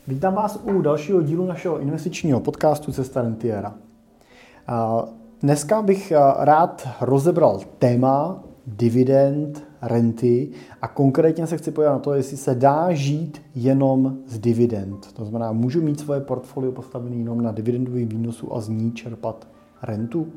Vítám vás u dalšího dílu našeho investičního podcastu Cesta rentiera. Dneska bych rád rozebral téma dividend, renty a konkrétně se chci podívat na to, jestli se dá žít jenom z dividend. To znamená, můžu mít svoje portfolio postavené jenom na dividendovém výnosu a z ní čerpat rentu.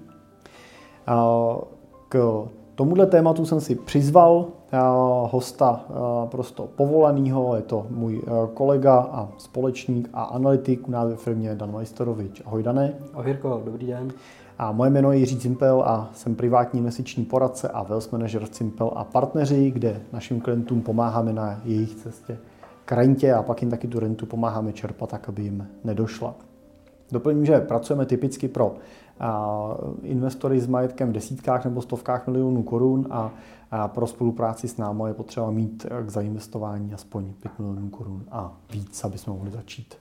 K tomuhle tématu jsem si přizval hosta prosto povolanýho, je to můj kolega a společník a analytik u nás ve firmě Dan Majstorovič. Ahoj Dané. Ahoj Jirko, dobrý den. A moje jméno je Jiří Cimpel a jsem privátní investiční poradce a wealth manager v Cimpel a partneři, kde našim klientům pomáháme na jejich cestě k rentě a pak jim taky tu rentu pomáháme čerpat tak, aby jim nedošla. Doplním, že pracujeme typicky pro investory s majetkem v desítkách nebo stovkách milionů korun a pro spolupráci s námi je potřeba mít k zainvestování aspoň 5 milionů korun a víc, aby jsme mohli začít.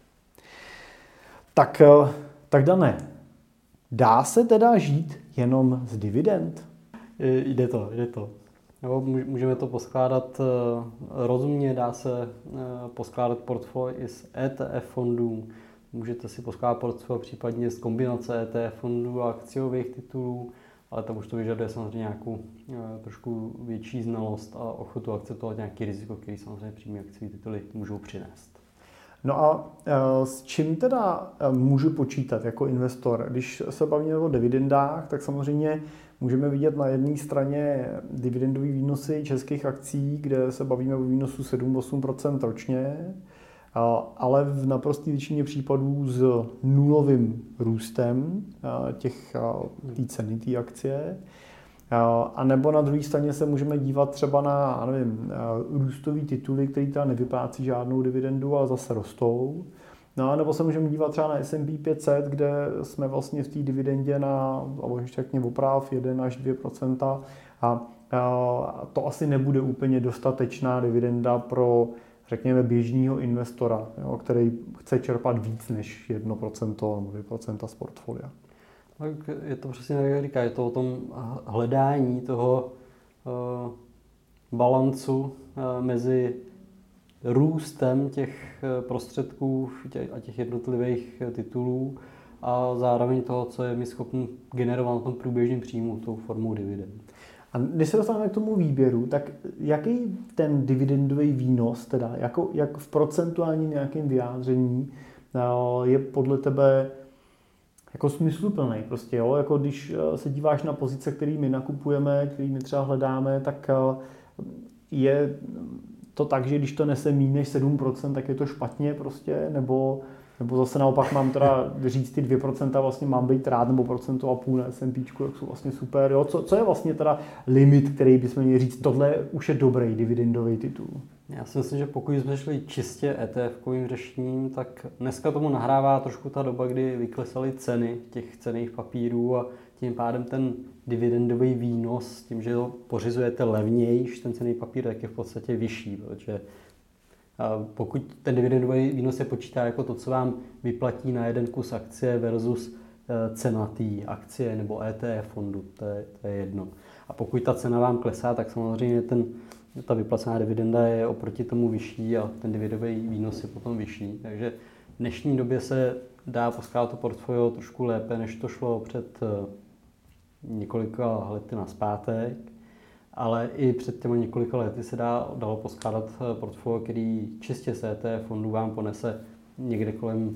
Tak Dané, dá se teda žít jenom z dividend? Jde to. Nebo můžeme to poskládat rozumně, dá se poskládat portfolio i z ETF fondů. Můžete si poskládat portfolio případně z kombinace ETF fondů a akciových titulů, ale tam už to vyžaduje samozřejmě nějakou trošku větší znalost a ochotu akceptovat nějaký riziko, který samozřejmě přímé akciové tituly můžou přinést. No a s čím teda můžu počítat jako investor? Když se bavíme o dividendách, tak samozřejmě můžeme vidět na jedné straně dividendové výnosy českých akcí, kde se bavíme o výnosu 7-8% ročně, ale v naprosté většině případů s nulovým růstem té ceny té akcie. A nebo na druhé straně se můžeme dívat třeba na růstové tituly, které teda nevyplácí žádnou dividendu a zase rostou. No a nebo se můžeme dívat třeba na S&P 500, kde jsme vlastně v té dividendě na oprav 1 až 2%. A to asi nebude úplně dostatečná dividenda pro, řekněme, běžného investora, který chce čerpat víc než 1% nebo 2% z portfolia. Tak je to přesně jak říká, je to o tom hledání toho balancu mezi růstem těch prostředků a těch jednotlivých titulů a zároveň toho, co je mi schopný generovat na tom průběžném příjmu tou formou dividend. A když se dostaneme k tomu výběru, tak jaký ten dividendový výnos, teda jak v procentuálním nějakém vyjádření je podle tebe jako smysluplný prostě, jo? Jako když se díváš na pozice, které my nakupujeme, které my třeba hledáme, tak je to tak, že když to nese méně než 7%, tak je to špatně prostě, nebo zase naopak mám teda říct ty 2% vlastně mám být rád, nebo 1,5% na S&Pčku, jak jsou vlastně super, jo? Co je vlastně teda limit, který bychom měli říct, tohle už je dobrý dividendový titul? Já si myslím, že pokud jsme šli čistě ETF-kovým řešením, tak dneska tomu nahrává trošku ta doba, kdy vyklesaly ceny těch cenných papírů a tím pádem ten dividendový výnos, tím, že ho pořizujete levnější, ten cenný papír, tak je v podstatě vyšší, protože pokud ten dividendový výnos se počítá jako to, co vám vyplatí na jeden kus akcie versus cena té akcie nebo ETF fondu, to je jedno. A pokud ta cena vám klesá, tak samozřejmě ta vyplacená dividenda je oproti tomu vyšší a ten dividendový výnos je potom vyšší. Takže v dnešní době se dá poskládat to portfolio trošku lépe, než to šlo před několika lety nazpátek. Ale i před těmi několika lety se dalo poskládat portfolio, který čistě z ETF fondů vám ponese někde kolem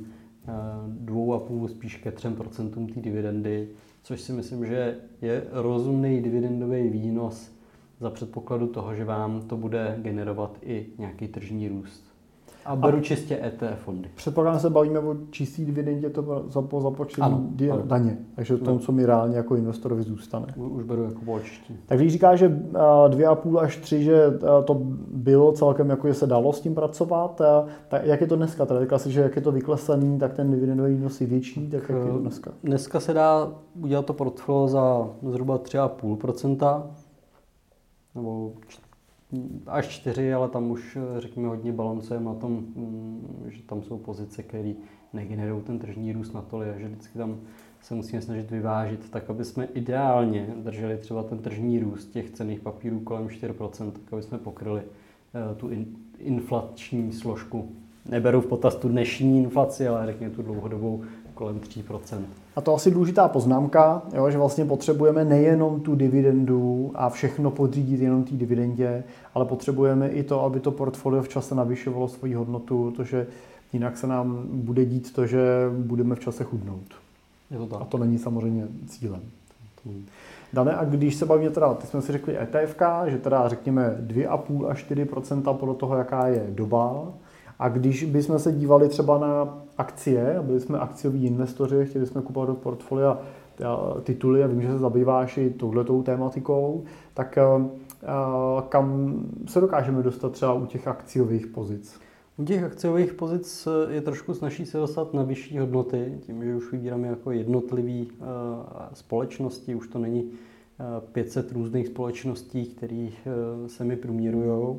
2,5 spíš ke 3% té dividendy, což si myslím, že je rozumný dividendový výnos za předpokladu toho, že vám to bude generovat i nějaký tržní růst. A beru čistě ETF fondy. Předpokládám, se bavíme o čistý dividendě to započtení daně. Takže to, co mi reálně jako investorovi zůstane. Už beru jako počtí. Takže když říkáš, že 2,5 až 3, že to bylo celkem, jako že se dalo s tím pracovat, tak jak je to dneska? Tady řekla jsi, že jak je to vyklesaný, tak ten dividendový výnos je větší, tak jak je to dneska? Dneska se dá udělat to portfolio za zhruba 3,5%. Nebo až 4, ale tam už, řekněme, hodně balancujeme na tom, že tam jsou pozice, které negenerují ten tržní růst natolik, a že vždycky tam se musíme snažit vyvážit tak, aby jsme ideálně drželi třeba ten tržní růst těch cenných papírů kolem 4%, tak aby jsme pokryli tu inflační složku neberu v potaz tu dnešní inflaci, ale řekněme tu dlouhodobou kolem 3%. A to asi důležitá poznámka, jo, že vlastně potřebujeme nejenom tu dividendu a všechno podřídit jenom té dividendě, ale potřebujeme i to, aby to portfolio v čase navyšovalo svoji hodnotu, protože jinak se nám bude dít to, že budeme v čase chudnout. Je to tak. A to není samozřejmě cílem. Dane, a když se bavíme teda, ty jsme si řekli ETF, že teda řekněme 2,5 až 4% podle toho, jaká je doba. A když bychom se dívali třeba na akcie, a byli jsme akcioví investoři, chtěli jsme kupovat do portfolia tituly, já vím, že se zabýváš i touhletou tématikou, tak kam se dokážeme dostat třeba u těch akciových pozic? U těch akciových pozic je trošku snaží se dostat na vyšší hodnoty, tím, že už vybíráme jako jednotlivý společnosti, už to není 500 různých společností, které se mi průměrujou.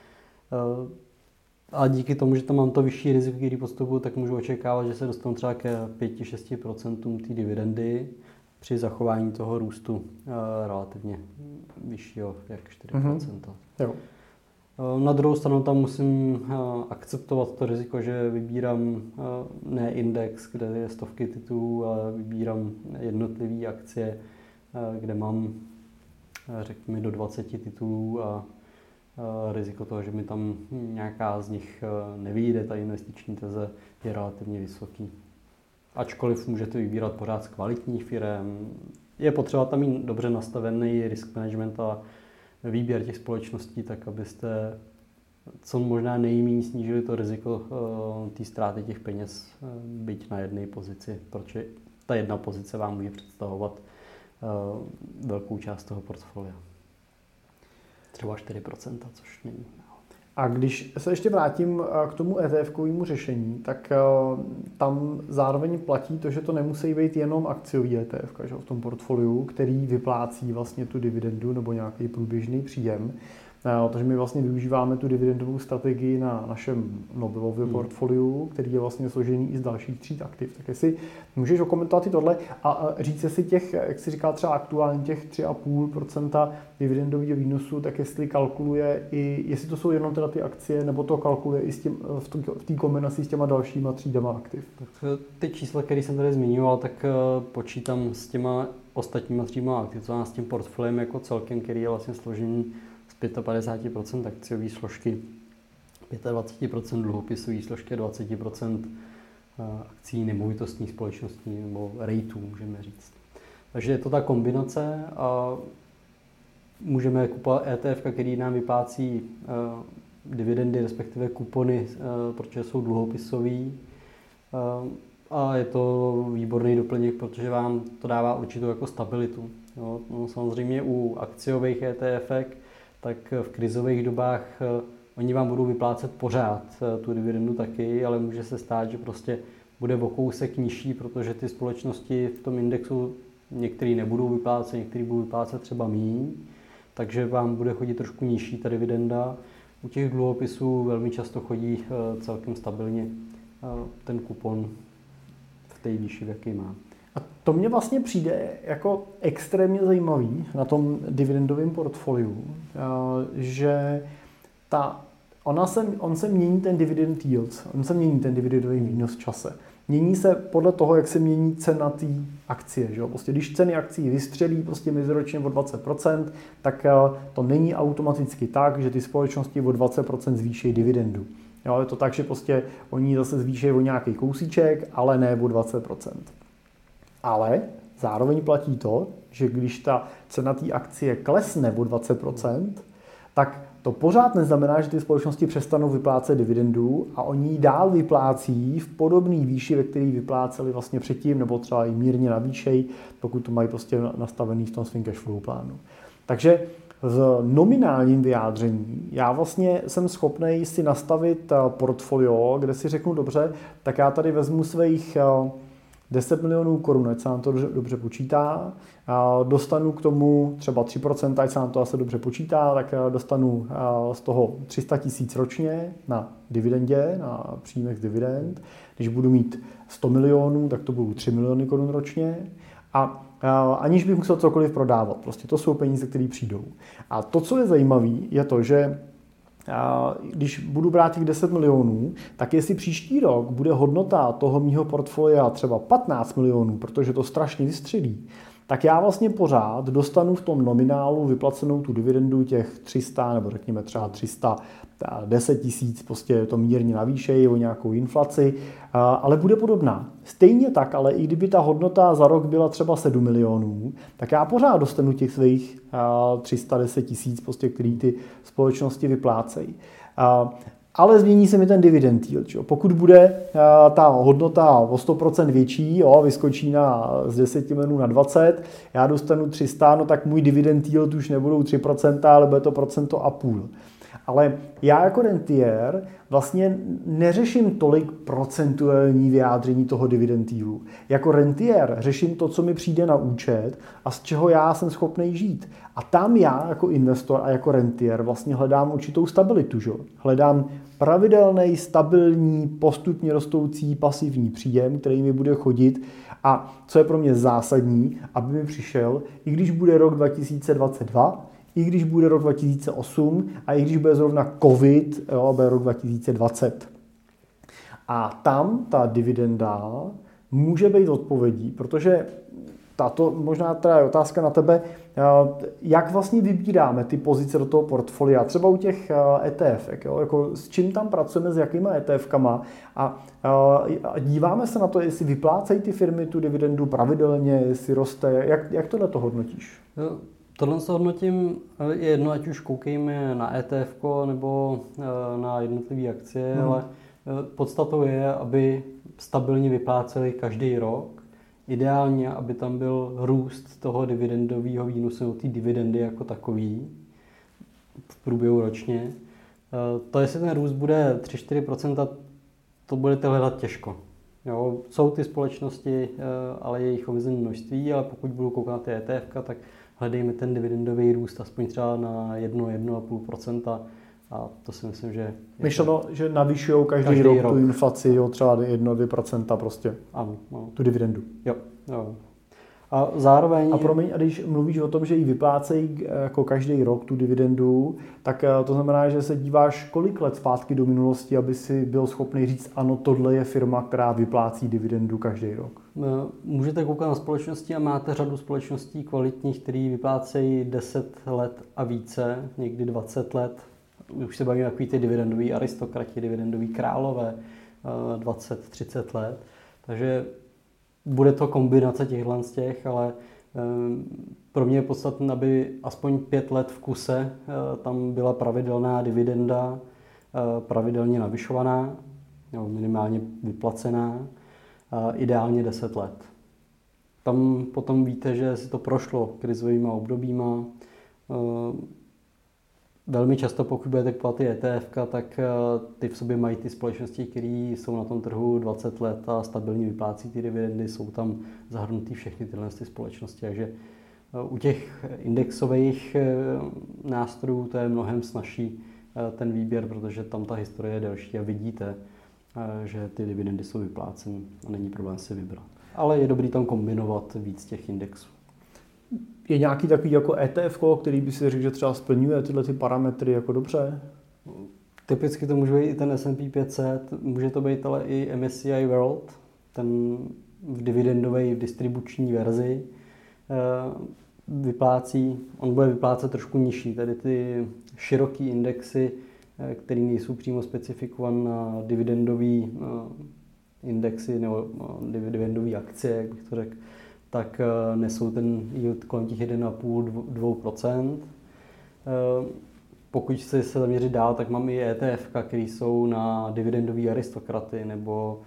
A díky tomu, že tam mám to vyšší riziko, který postupuji, tak můžu očekávat, že se dostanu třeba ke 5-6% té dividendy při zachování toho růstu relativně vyššího, jak 4%. Jo. Na druhou stranu tam musím akceptovat to riziko, že vybírám ne index, kde je stovky titulů, ale vybírám jednotlivé akcie, kde mám řekněme do 20 titulů a riziko toho, že mi tam nějaká z nich nevyjde, ta investiční teze je relativně vysoký. Ačkoliv můžete vybírat pořád z kvalitních firem, je potřeba tam mít dobře nastavený risk management a výběr těch společností, tak abyste co možná nejméně snížili to riziko té ztráty těch peněz, byť na jedné pozici, protože ta jedna pozice vám může představovat velkou část toho portfolia. Třeba 4%, což není. A když se ještě vrátím k tomu ETF-kovému řešení, tak tam zároveň platí to, že to nemusí být jenom akciový ETF, že v tom portfoliu, který vyplácí vlastně tu dividendu nebo nějaký průběžný příjem. Takže my vlastně využíváme tu dividendovou strategii na našem Nobelově portfoliu, který je vlastně složený i z dalších tříd aktiv. Tak jestli můžeš okomentovat i tohle a říct, jestli těch, jak si říká třeba aktuálně těch 3,5% dividendového výnosu, tak jestli kalkuluje i, jestli to jsou jenom teda ty akcie, nebo to kalkuluje i s tím, v té kombinaci s těma dalšíma třídama aktiv. Tak ty čísla, které jsem tady zmiňoval, tak počítám s těma ostatníma třídama aktiv, co s tím portfoliem jako celkem, který je vlastně složený z 55% akciové složky, 25% dluhopisové složky a 20% akcí nemovitostních společností nebo rateů, můžeme říct. Takže je to ta kombinace a můžeme kupovat ETF, který nám vyplácí dividendy, respektive kupony, protože jsou dluhopisový. A je to výborný doplněk, protože vám to dává určitou jako stabilitu. Jo, no, samozřejmě u akciových ETFek tak v krizových dobách oni vám budou vyplácet pořád tu dividendu taky, ale může se stát, že prostě bude o kousek nižší, protože ty společnosti v tom indexu některý nebudou vyplácet, některý budou vyplácet třeba míň, takže vám bude chodit trošku nižší ta dividenda. U těch dluhopisů velmi často chodí celkem stabilně ten kupon v té výši, v jaký má. A to mně vlastně přijde jako extrémně zajímavý na tom dividendovém portfoliu, že on se mění ten dividend yield, on se mění ten dividendový výnos v čase. Mění se podle toho, jak se mění cena té akcie. Že jo? Prostě když ceny akcí vystřelí prostě meziročně o 20%, tak to není automaticky tak, že ty společnosti o 20% zvýší dividendu. Jo, je to tak, že prostě oni zase zvýší o nějaký kousíček, ale ne o 20%. Ale zároveň platí to, že když ta cena té akcie klesne o 20%, tak to pořád neznamená, že ty společnosti přestanou vyplácet dividendu a oni ji dál vyplácí v podobné výši, ve které vypláceli vlastně předtím, nebo třeba i mírně navýšej, pokud to mají prostě nastavený v tom svým cash flow plánu. Takže v nominálním vyjádření já vlastně jsem schopný si nastavit portfolio, kde si řeknu dobře, tak já tady vezmu svých 10 milionů korun, ať se nám to dobře počítá, dostanu k tomu třeba 3%, ať se nám to asi dobře počítá, tak dostanu z toho 300 000 ročně na dividendě, na příjmech z dividend. Když budu mít 100 milionů, tak to budou 3 miliony korun ročně a aniž bych musel cokoliv prodávat. Prostě to jsou peníze, které přijdou. A to, co je zajímavé, je to, že když budu brát těch 10 milionů, tak jestli příští rok bude hodnota toho mýho portfolia třeba 15 milionů, protože to strašně vystřelí, tak já vlastně pořád dostanu v tom nominálu vyplacenou tu dividendu těch 300 nebo řekněme třeba 310 tisíc, prostě to mírně navýšejí o nějakou inflaci, ale bude podobná. Stejně tak, ale i kdyby ta hodnota za rok byla třeba 7 milionů, tak já pořád dostanu těch svých 310 tisíc, prostě, který ty společnosti vyplácejí. Ale změní se mi ten dividend yield. Čo? Pokud bude ta hodnota o 100% větší, vyskočí z 10 milionů na 20, já dostanu 300, no tak můj dividend yield už nebudou 3%, ale bude to 1,5%. Ale já jako rentier vlastně neřeším tolik procentuální vyjádření toho dividend yieldu. Jako rentier řeším to, co mi přijde na účet a z čeho já jsem schopný žít. A tam já jako investor a jako rentier vlastně hledám určitou stabilitu. Že? Hledám pravidelný, stabilní, postupně rostoucí pasivní příjem, který mi bude chodit a co je pro mě zásadní, aby mi přišel, i když bude rok 2022, i když bude rok 2008 a i když bude zrovna COVID, bude rok 2020. A tam ta dividenda může být odpovědí, protože tato možná teda je otázka na tebe, jak vlastně vybíráme ty pozice do toho portfolia, třeba u těch ETF, jako s čím tam pracujeme, s jakýma ETF-kama a díváme se na to, jestli vyplácejí ty firmy tu dividendu pravidelně, jestli roste, jak tohle to hodnotíš? Tohle se hodnotím, je jedno, ať už koukejme na ETF nebo na jednotlivé akcie, ale podstatou je, aby stabilně vypláceli každý rok. Ideálně, aby tam byl růst toho dividendového výnosu, nebo té dividendy jako takový v průběhu ročně. To, jestli ten růst bude 3-4%, to budete hledat těžko. Jo, jsou ty společnosti, ale je jich omezené množství, ale pokud budu koukat na ty ETF, tak hledejme ten dividendový růst aspoň třeba na 1-1,5%. A to si myslím, že... Myšleno, že navyšujou každý rok tu inflaci o třeba 1-2% prostě. Ano. Tu dividendu. Jo. A zároveň... A promiň, a když mluvíš o tom, že ji vyplácejí jako každý rok tu dividendu, tak to znamená, že se díváš kolik let zpátky do minulosti, aby si byl schopný říct, ano, tohle je firma, která vyplácí dividendu každý rok. Můžete koukat na společnosti a máte řadu společností kvalitních, které vyplácejí 10 let a více, někdy 20 let. Už se bavíme takový ty dividendoví aristokrati, dividendoví králové, 20-30 let. Takže bude to kombinace těchhle z těch, ale pro mě je podstatné, aby aspoň 5 let v kuse tam byla pravidelná dividenda, pravidelně navyšovaná, nebo minimálně vyplacená, ideálně 10 let. Tam potom víte, že si to prošlo krizovýma obdobíma. Velmi často, pokud budete kupovat ty ETF, tak ty v sobě mají ty společnosti, které jsou na tom trhu 20 let a stabilně vyplácí ty dividendy, jsou tam zahrnutý všechny tyhle společnosti. Takže u těch indexových nástrojů to je mnohem snazší ten výběr, protože tam ta historie je delší a vidíte, že ty dividendy jsou vypláceny a není problém si vybrat. Ale je dobrý tam kombinovat víc těch indexů. Je nějaký takový jako ETF, který by si řekl, že třeba splňuje tyhle ty parametry jako dobře? Typicky to může být i ten S&P 500, může to být ale i MSCI World, ten v dividendové, v distribuční verzi vyplácí, on bude vyplácet trošku nižší, tedy ty široký indexy, které nejsou přímo specifikované na dividendové indexy nebo dividendové akcie, jak bych to řekl, tak nesou ten yield kolem těch 1,5-2%. Pokud se zaměřit dál, tak mám i ETF, které jsou na dividendové aristokraty nebo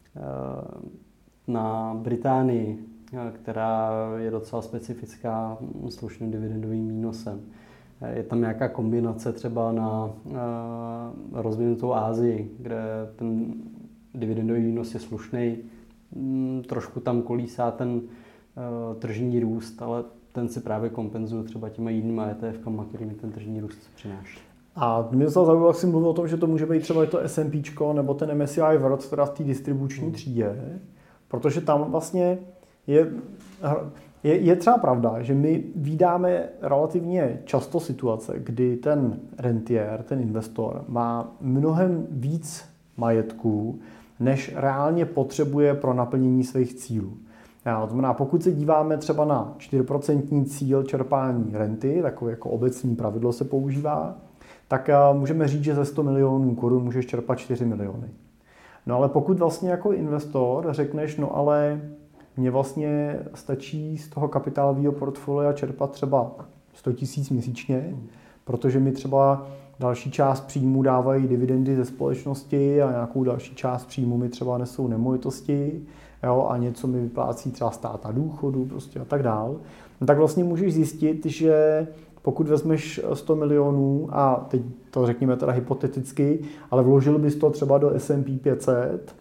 na Británii, která je docela specifická slušným dividendovým výnosem. Je tam nějaká kombinace třeba na rozvinutou Asii, kde ten dividendový výnos je slušný. Trošku tam kolísá ten tržní růst, ale ten si právě kompenzuje třeba těma jinýma ETF-kama, kterými ten tržní růst přináší. A mě se zajímalo, jak jsi mluvil o tom, že to může být třeba to S&Pčko nebo ten MSCI World, teda v té distribuční třídě, protože tam vlastně je Je třeba pravda, že my vídáme relativně často situace, kdy ten rentier, ten investor, má mnohem víc majetku, než reálně potřebuje pro naplnění svých cílů. To znamená, pokud se díváme třeba na 4% cíl čerpání renty, takové jako obecní pravidlo se používá, tak můžeme říct, že ze 100 milionů korun můžeš čerpat 4 miliony. No ale pokud vlastně jako investor řekneš, no ale mně vlastně stačí z toho kapitálového portfolia čerpat třeba 100 000 měsíčně, protože mi třeba další část příjmu dávají dividendy ze společnosti a nějakou další část příjmu mi třeba nesou nemovitosti, jo, a něco mi vyplácí třeba stát na důchodu prostě a tak dál. No tak vlastně můžeš zjistit, že pokud vezmeš 100 milionů a teď to řekněme teda hypoteticky, ale vložil bys to třeba do S&P 500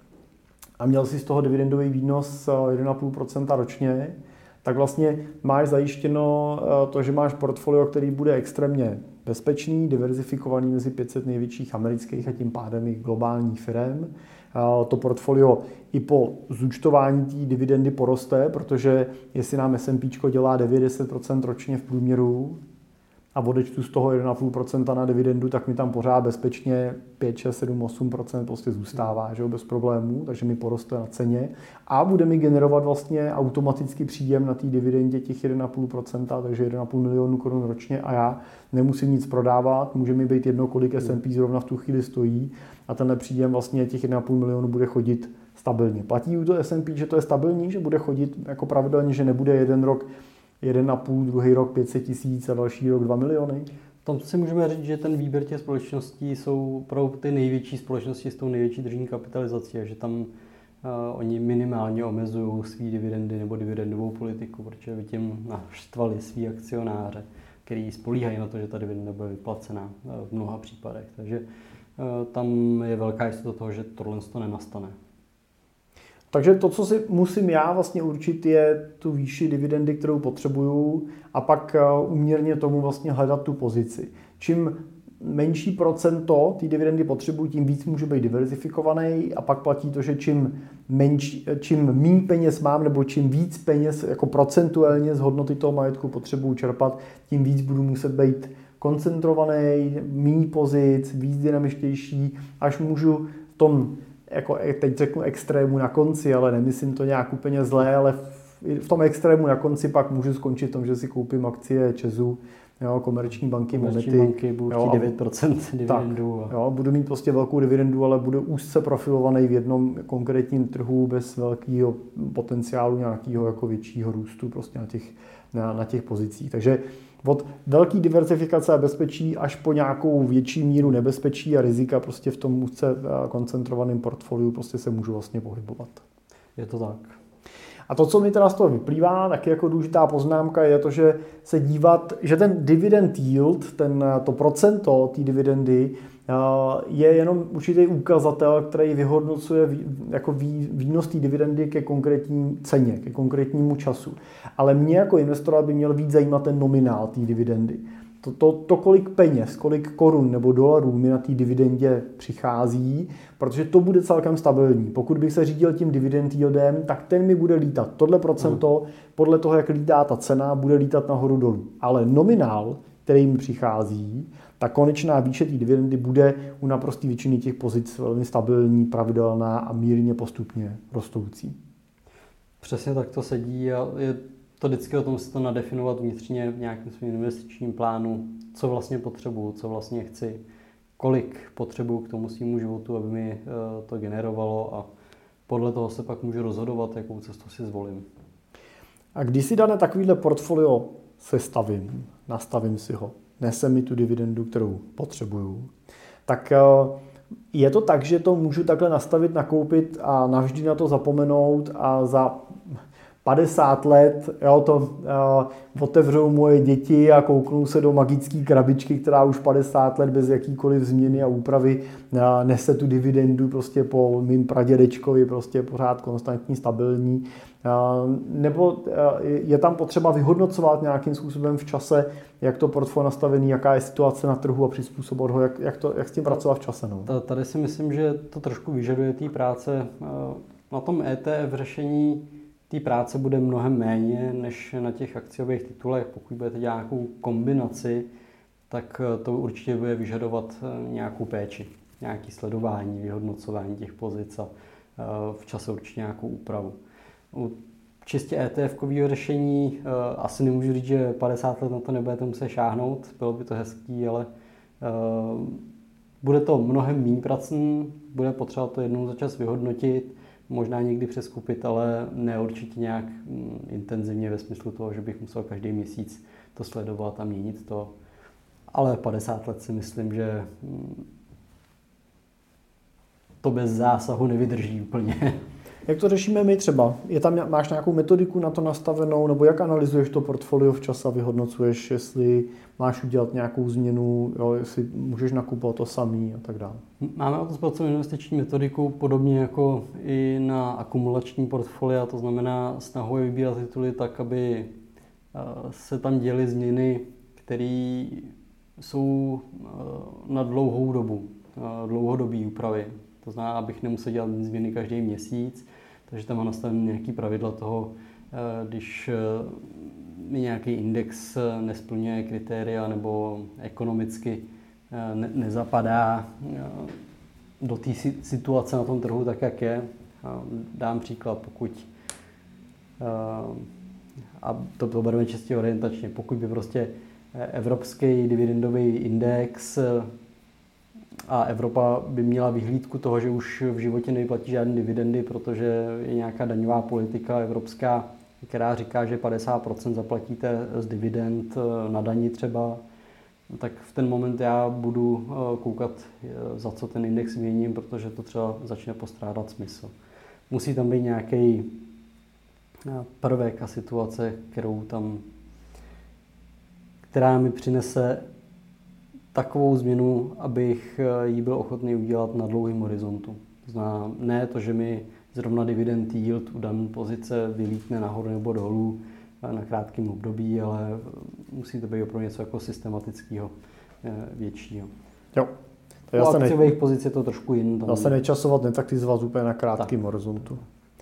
a měl si z toho dividendový výnos 1,5% ročně, tak vlastně máš zajištěno to, že máš portfolio, který bude extrémně bezpečný, diverzifikovaný mezi 500 největších amerických a tím pádem i globálních firem. To portfolio i po zúčtování té dividendy poroste, protože jestli nám S&P dělá 9-10% ročně v průměru a odečtu z toho 1,5% na dividendu, tak mi tam pořád bezpečně 5, 6, 7, 8% prostě zůstává, že jo, bez problémů, takže mi poroste na ceně a bude mi generovat vlastně automaticky příjem na té dividendě těch 1,5%, takže 1,5 milionu korun ročně a já nemusím nic prodávat, může mi být jedno, kolik S&P zrovna v tu chvíli stojí a tenhle příjem vlastně těch 1,5 milionu bude chodit stabilně. Platí u to S&P, že to je stabilní, že bude chodit jako pravidelně, že nebude jeden rok 1,5, druhý rok 500 000 a další rok 2 miliony? Tam si můžeme říct, že ten výběr těch společností jsou pro ty největší společnosti s tou největší tržní kapitalizací a že tam oni minimálně omezují svý dividendy nebo dividendovou politiku, protože by tím naštvali svý akcionáře, který spolíhají na to, že ta dividenda bude vyplacená v mnoha případech. Takže tam je velká jistota toho, že tohle to nenastane. Takže to, co si musím já vlastně určit, je tu výši dividendy, kterou potřebuju a pak úměrně tomu vlastně hledat tu pozici. Čím menší procento té dividendy potřebuju, tím víc můžu být diverzifikovaný a pak platí to, že čím méně peněz mám nebo čím víc peněz jako procentuálně z hodnoty toho majetku potřebuju čerpat, tím víc budu muset být koncentrovaný, méně pozic, víc dynamičtější, až můžu v tom jako teď řeknu extrému na konci, ale nemyslím to nějak úplně zlé, ale v tom extrému na konci pak můžu skončit v tom, že si koupím akcie ČEZu, jo, komerční banky, Monety. Banky budou chtít 9% dividendu. Tak, jo, budu mít prostě velkou dividendu, ale budu úzce profilovaný v jednom konkrétním trhu bez velkého potenciálu nějakého jako většího růstu prostě na těch pozicích. Takže od velké diversifikace a bezpečí až po nějakou větší míru nebezpečí a rizika prostě v tom úzce koncentrovaném portfoliu prostě se můžu vlastně pohybovat. Je to tak. A to, co mi teda z toho vyplývá, taky jako důležitá poznámka, je to, že se dívat, že ten dividend yield, to procento té dividendy, je jenom určitý ukazatel, který vyhodnocuje jako výnos té dividendy ke konkrétní ceně, ke konkrétnímu času. Ale mě jako investora by měl víc zajímat ten nominál té dividendy. To, kolik peněz, kolik korun nebo dolarů mi na té dividendě přichází, protože to bude celkem stabilní. Pokud bych se řídil tím dividend yieldem, tak ten mi bude lítat. Tohle procento, podle toho, jak lítá ta cena, bude lítat nahoru dolů. Ale nominál, který mi přichází, ta konečná výše té dividendy bude u naprosté většiny těch pozic velmi stabilní, pravidelná a mírně postupně rostoucí. Přesně tak to sedí a je to vždycky o tom si to nadefinovat vnitřně v nějakém svým investičním plánu, co vlastně potřebuju, co vlastně chci, kolik potřebuju k tomu svýmu životu, aby mi to generovalo a podle toho se pak můžu rozhodovat, jakou cestu si zvolím. A když si dané takovýhle portfolio sestavím, nastavím si ho, nese mi tu dividendu, kterou potřebuju, tak je to tak, že to můžu takhle nastavit, nakoupit a navždy na to zapomenout a za 50 let otevřou moje děti a kouknou se do magické krabičky, která už 50 let bez jakýkoliv změny a úpravy nese tu dividendu prostě po mým pradědečkovi, prostě pořád konstantní, stabilní. Nebo je tam potřeba vyhodnocovat nějakým způsobem v čase, jak to portfolio nastavený, jaká je situace na trhu a přizpůsobit ho, jak s tím pracovat v čase. No. Tady si myslím, že to trošku vyžaduje té práce na tom ETF řešení té práce bude mnohem méně než na těch akciových titulech. Pokud budete dělat nějakou kombinaci, tak to určitě bude vyžadovat nějakou péči, nějaké sledování, vyhodnocování těch pozic a v čase určitě nějakou úpravu. U čistě ETF-kového řešení asi nemůžu říct, že 50 let na to nebudete muset šáhnout, bylo by to hezký, ale bude to mnohem méně pracný, bude potřeba to jednou za čas vyhodnotit, možná někdy přeskupit, ale ne určitě nějak intenzivně ve smyslu toho, že bych musel každý měsíc to sledovat a měnit to. Ale 50 let si myslím, že to bez zásahu nevydrží úplně. Jak to řešíme my třeba? Máš nějakou metodiku na to nastavenou, nebo jak analyzuješ to portfolio včas a vyhodnocuješ, jestli máš udělat nějakou změnu, jo, jestli můžeš nakupovat to samý a tak dále? Máme o to zpracovanou investiční metodiku, podobně jako i na akumulační portfolia, to znamená snahu je vybírat tituly tak, aby se tam děly změny, které jsou na dlouhou dobu, dlouhodobý úpravy. To znamená, abych nemusel dělat změny každý měsíc, takže tam mám nastavené nějaké pravidla toho, když mi nějaký index nesplňuje kritéria nebo ekonomicky nezapadá do té situace na tom trhu tak, jak je. Dám příklad, pokud, a to bereme čistě orientačně, pokud by prostě evropský dividendový index a Evropa by měla vyhlídku toho, že už v životě nevyplatí žádné dividendy, protože je nějaká daňová politika evropská, která říká, že 50% zaplatíte z dividend na dani třeba, tak v ten moment já budu koukat, za co ten index měním, protože to třeba začne postrádat smysl. Musí tam být nějaký prvek a situace, která mi přinese takovou změnu, abych ji byl ochotný udělat na dlouhém horizontu. To znamená, ne to, že mi zrovna dividend yield u dané pozice vylítne nahoru nebo dolů na krátkém období, ale musí to být opravdu něco jako systematického, většího. Jo. U akciových pozic je to trošku jiné. Dá se nečasovat, netaktizovat úplně na krátkém horizontu.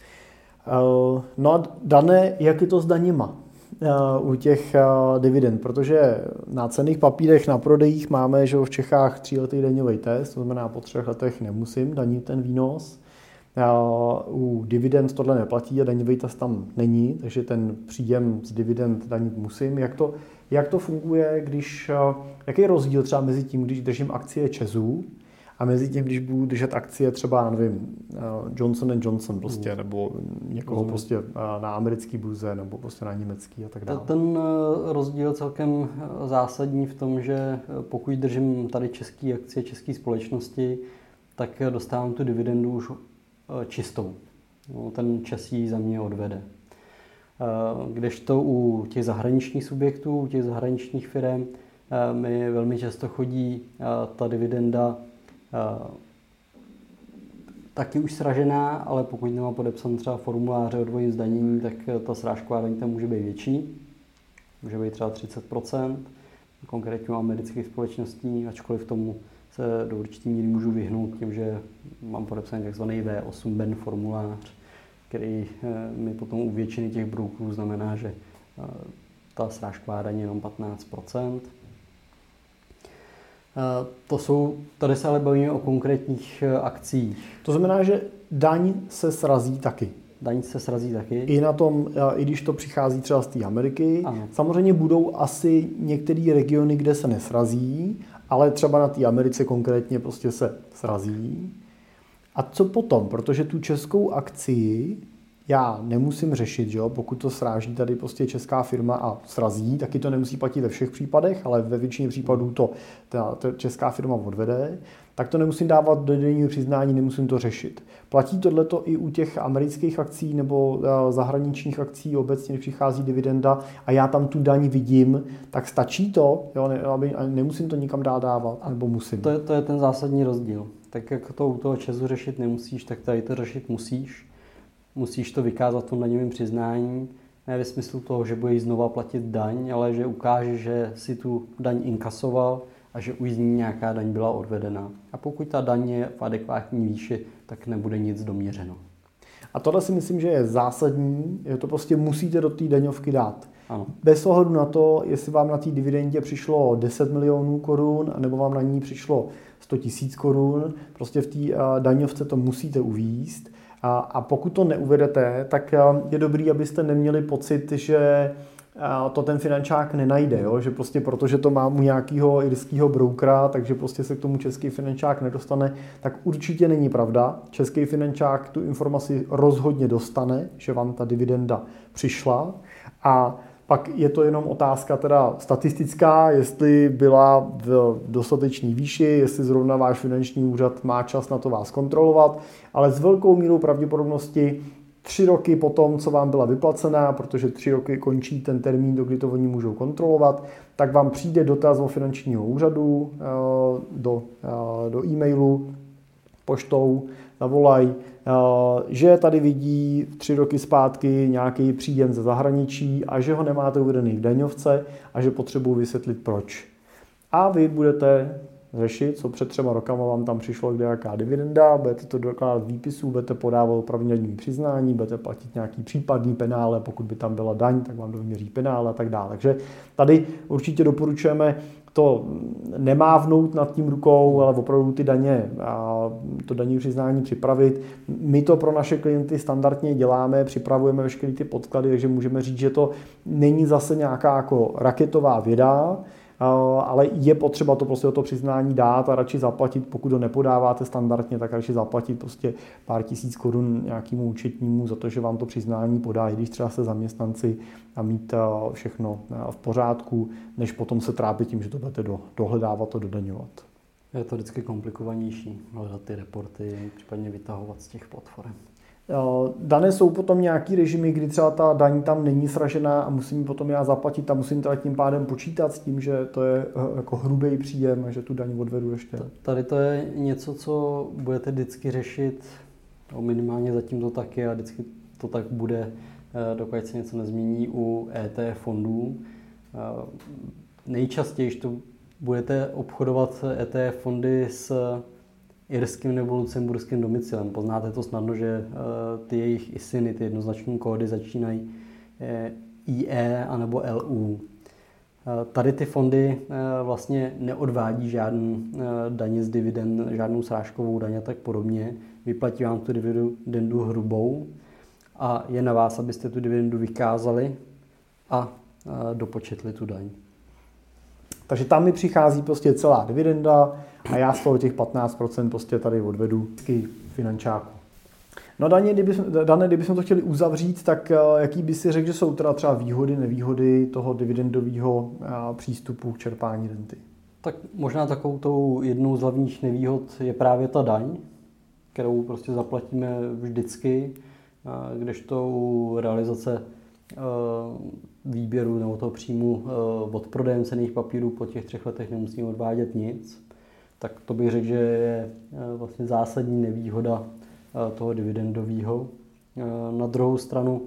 No a Dané, jak je to s daněma u těch dividend? Protože na cenných papírech na prodejích máme, že v Čechách 3letý daňový test, to znamená po 3 letech nemusím danit ten výnos. U dividend tohle neplatí a daňový test tam není, takže ten příjem z dividend danit musím. Jak to funguje, jaký je rozdíl třeba mezi tím, když držím akcie ČEZu a mezi tím, když budu držet akcie třeba, nevím, Johnson & Johnson prostě, nebo někoho prostě na americký burze, nebo prostě na německý a tak dále. Ten rozdíl je celkem zásadní v tom, že pokud držím tady české akcie, české společnosti, tak dostávám tu dividendu už čistou. No, ten ČEZ ji za mě odvede. Kdežto u těch zahraničních subjektů, u těch zahraničních firm, mi velmi často chodí ta dividenda taky už sražená, ale pokud nemá podepsan třeba formuláře o dvojím zdanění, tak ta srážková daň tam může být větší. Může být třeba 30%, konkrétně u amerických společností, ačkoliv tomu se do určitý míry můžu vyhnout tím, že mám podepsaný tzv. V8BEN formulář, který mi potom u většiny těch brokerů znamená, že ta srážková daň je jenom 15%. Tady se ale bavíme o konkrétních akcích. To znamená, že daň se srazí taky. Daň se srazí taky. I na tom, i když to přichází třeba z té Ameriky. Ano. Samozřejmě budou asi některé regiony, kde se nesrazí, ale třeba na té Americe konkrétně prostě se srazí. A co potom? Protože tu českou akci já nemusím řešit, že jo? Pokud to sráží tady prostě česká firma a srazí, taky to nemusí platit ve všech případech, ale ve většině případů to ta česká firma odvede, tak to nemusím dávat do denního přiznání, nemusím to řešit. Platí tohleto i u těch amerických akcí nebo zahraničních akcí obecně, když přichází dividenda a já tam tu daň vidím, tak stačí to, jo? Nemusím to nikam dál dávat, nebo musím? To je ten zásadní rozdíl. Tak jak to u toho ČEZu řešit nemusíš, tak tady to řešit musíš. Musíš to vykázat v tom daňovém přiznání, ne ve smyslu toho, že budeš znova platit daň, ale že ukážeš, že si tu daň inkasoval a že už z ní nějaká daň byla odvedena. A pokud ta daň je v adekvátní výši, tak nebude nic doměřeno. A tohle si myslím, že je zásadní, že to prostě musíte do té daňovky dát. Ano. Bez ohledu na to, jestli vám na té dividendě přišlo 10 milionů korun, nebo vám na ní přišlo 100 000 korun, prostě v té daňovce to musíte uvést. A pokud to neuvedete, tak je dobrý, abyste neměli pocit, že to ten finančák nenajde, jo? Že prostě protože to má u nějakého irského broukera, takže prostě se k tomu český finančák nedostane, tak určitě není pravda. Český finančák tu informaci rozhodně dostane, že vám ta dividenda přišla, a pak je to jenom otázka teda statistická, jestli byla v dostatečné výši, jestli zrovna váš finanční úřad má čas na to vás kontrolovat, ale s velkou mírou pravděpodobnosti 3 roky po tom, co vám byla vyplacená, protože 3 roky končí ten termín, do kdy to oni můžou kontrolovat, tak vám přijde dotaz od finančního úřadu do e-mailu, poštou, zavolají, že tady vidí 3 roky zpátky nějaký příjem ze zahraničí a že ho nemáte uvedený v daňovce a že potřebuji vysvětlit proč. A vy budete řešit, co před 3 rokama vám tam přišlo nějaká dividenda, budete to dokládat výpisů, budete podávat opravdu daňové přiznání, budete platit nějaký případný penále, pokud by tam byla daň, tak vám doměří penále a tak dále. Takže tady určitě doporučujeme to nemávnout nad tím rukou, ale opravdu ty daně a to daňové přiznání připravit. My to pro naše klienty standardně děláme, připravujeme veškeré ty podklady, takže můžeme říct, že to není zase nějaká jako raketová věda, ale je potřeba to prostě do toho přiznání dát a radši zaplatit, pokud ho nepodáváte standardně, tak radši zaplatit prostě pár tisíc korun nějakému účetnímu za to, že vám to přiznání podá, i když třeba jste zaměstnanci, a mít všechno v pořádku, než potom se trápit tím, že to budete dohledávat a dodaňovat. Je to vždycky komplikovanější, hledat ty reporty, případně vytahovat z těch platform. Dané jsou potom nějaký režimy, kdy třeba ta daň tam není sražená a musím potom já zaplatit a musím teda tím pádem počítat s tím, že to je jako hrubý příjem a že tu daň odvedu ještě. Tady to je něco, co budete vždycky řešit, minimálně zatím to tak je a vždycky to tak bude, dokud se něco nezmění u ETF fondů. Nejčastěji to budete obchodovat ETF fondy s irským nebo lucemburským domicilem. Poznáte to snadno, že ty jejich ISINy, ty jednoznačné kódy začínají IE anebo LU. Tady ty fondy vlastně neodvádí žádnou daně z dividend, žádnou srážkovou daň a tak podobně. Vyplatí vám tu dividendu hrubou a je na vás, abyste tu dividendu vykázali a dopočetli tu daň. Takže tam mi přichází prostě celá dividenda a já z toho těch 15% prostě tady odvedu finančáku. No Dane, kdybychom to chtěli uzavřít, tak jaký by si řekl, že jsou teda třeba výhody, nevýhody toho dividendového přístupu k čerpání renty? Tak možná takovou tou jednou z hlavních nevýhod je právě ta daň, kterou prostě zaplatíme vždycky, kdežto u realizace výběru nebo toho příjmu od prodejem cenných papírů po těch 3 letech nemusíme odvádět nic. Tak to bych řekl, že je vlastně zásadní nevýhoda toho dividendového. Na druhou stranu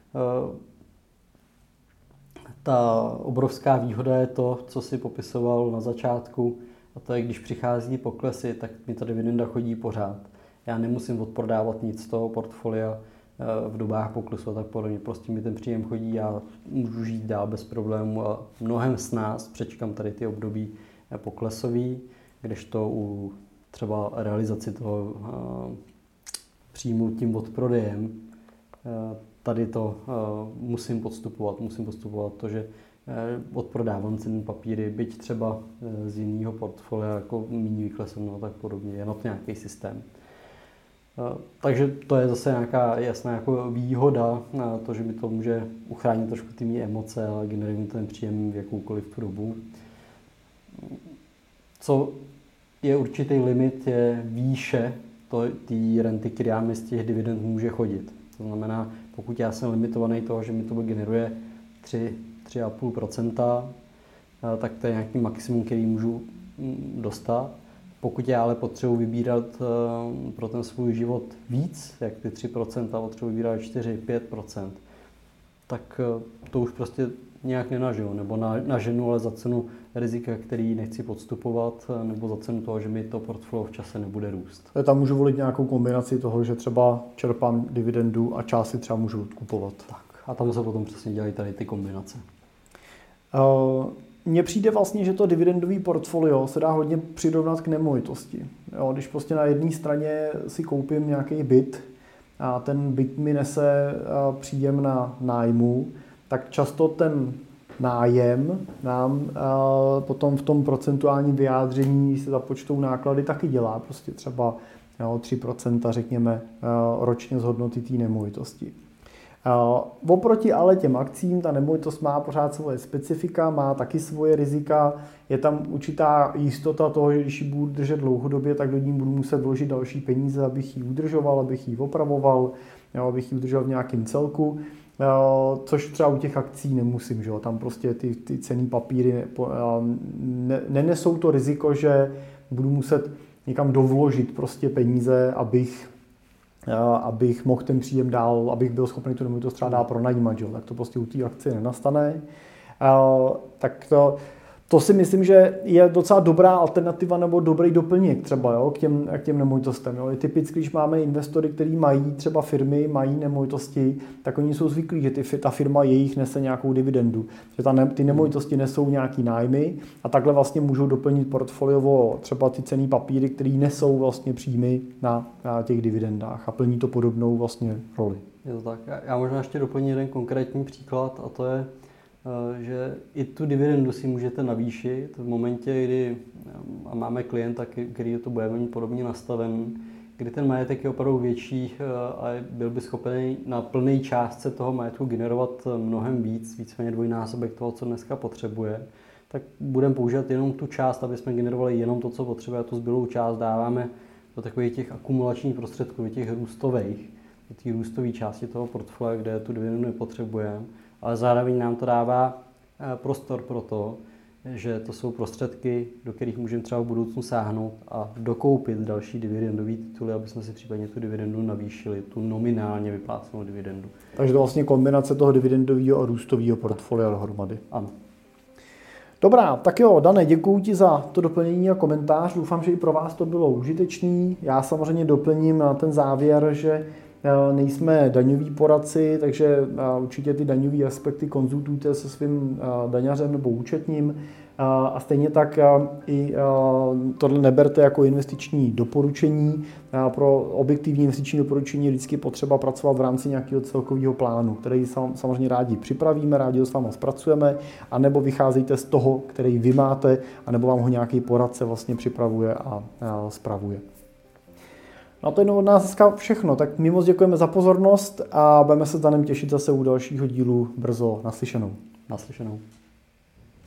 ta obrovská výhoda je to, co si popisoval na začátku, a to je, když přichází poklesy, tak mi ta dividenda chodí pořád. Já nemusím odprodávat nic z toho portfolia v dobách poklesu a tak podobně. Prostě mi ten příjem chodí, já můžu žít dál bez problému a mnohem s nás přečkám tady ty období poklesový, kdežto u třeba realizaci toho příjmu tím odprodejem, tady to musím podstupovat to, že odprodávám cenné papíry, byť třeba z jiného portfolia, jako méně vykleseno a tak podobně, je na to nějaký systém. Takže to je zase nějaká jasná jako výhoda, to, že mi to může uchránit trošku ty mý emoce a generuje mi ten příjem v jakoukoliv tu dobu. Co je určitý limit, je výše té renty, která mi z těch dividend může chodit. To znamená, pokud já jsem limitovaný toho, že mi to generuje 3,5%, tak to je nějaký maximum, který můžu dostat. Pokud já ale potřebuji vybírat pro ten svůj život víc, jak ty 3%, a potřebuji vybírat 4-5%, tak to už prostě nějak nenažiju, nebo naženu, ale za cenu rizika, který nechci podstupovat, nebo za cenu toho, že mi to portfolio v čase nebude růst. Tam můžu volit nějakou kombinaci toho, že třeba čerpám dividendu a část si třeba můžu kupovat. Tak. A tam se potom přesně dělají tady ty kombinace. Mně přijde vlastně, že to dividendový portfolio se dá hodně přirovnat k nemovitosti. Jo, když prostě na jedné straně si koupím nějaký byt a ten byt mi nese příjem na nájmu, tak často ten nájem nám potom v tom procentuálním vyjádření se započtou náklady taky dělá. Prostě třeba 3% řekněme ročně z hodnoty té nemovitosti. Oproti ale těm akcím, ta nemovitost má pořád svoje specifika, má taky svoje rizika, je tam určitá jistota toho, že když ji budu držet dlouhodobě, tak do ní budu muset vložit další peníze, abych ji udržoval, abych ji opravoval, abych ji udržel v nějakém celku, což třeba u těch akcí nemusím, že jo? Tam prostě ty cenné papíry nenesou to riziko, že budu muset někam dovložit prostě peníze, abych mohl ten příjem dál, abych byl schopný tu nemovitost třeba dál pronajímat, jo? Tak to prostě u té akcie nenastane. Tak to si myslím, že je docela dobrá alternativa nebo dobrý doplněk třeba, jo, k těm nemovitostem. Jo. Typicky, když máme investory, kteří mají třeba firmy, mají nemovitosti, tak oni jsou zvyklí, že ta firma jejich nese nějakou dividendu. Že ty nemovitosti nesou nějaký nájmy a takhle vlastně můžou doplnit portfoliovo třeba ty cenné papíry, které nesou vlastně příjmy na těch dividendách a plní to podobnou vlastně roli. Je to tak. Já možná ještě doplním jeden konkrétní příklad a to je, že i tu dividendu si můžete navýšit v momentě, kdy máme klienta, který to bude mít podobně nastaven, kdy ten majetek je opravdu větší a byl by schopen na plné částce toho majetku generovat mnohem víceméně dvojnásobek toho, co dneska potřebuje, tak budeme používat jenom tu část, aby jsme generovali jenom to, co potřebuje, a tu zbylou část dáváme do takových těch akumulačních prostředků, do těch růstových, do té růstové části toho portfolia, kde tu dividendu nepotřebujeme. Ale zároveň nám to dává prostor pro to, že to jsou prostředky, do kterých můžeme třeba v budoucnu sáhnout a dokoupit další dividendové tituly, aby jsme si případně tu dividendu navýšili, tu nominálně vyplácenou dividendu. Takže to vlastně kombinace toho dividendového a růstového portfolia dohromady. Ano. Dobrá, tak jo, Dane, děkuji ti za to doplnění a komentář. Doufám, že i pro vás to bylo užitečný. Já samozřejmě doplním na ten závěr, že nejsme daňoví poradci, takže určitě ty daňové aspekty konzultujte se svým daňařem nebo účetním a stejně tak i tohle neberte jako investiční doporučení. Pro objektivní investiční doporučení je vždycky potřeba pracovat v rámci nějakého celkového plánu, který samozřejmě rádi připravíme, rádi ho s váma zpracujeme, anebo vycházejte z toho, který vy máte, anebo vám ho nějaký poradce vlastně připravuje a spravuje. No to je od nás dneska všechno, tak my moc děkujeme za pozornost a budeme se s Danem těšit zase u dalšího dílu brzo. Naslyšenou. Naslyšenou.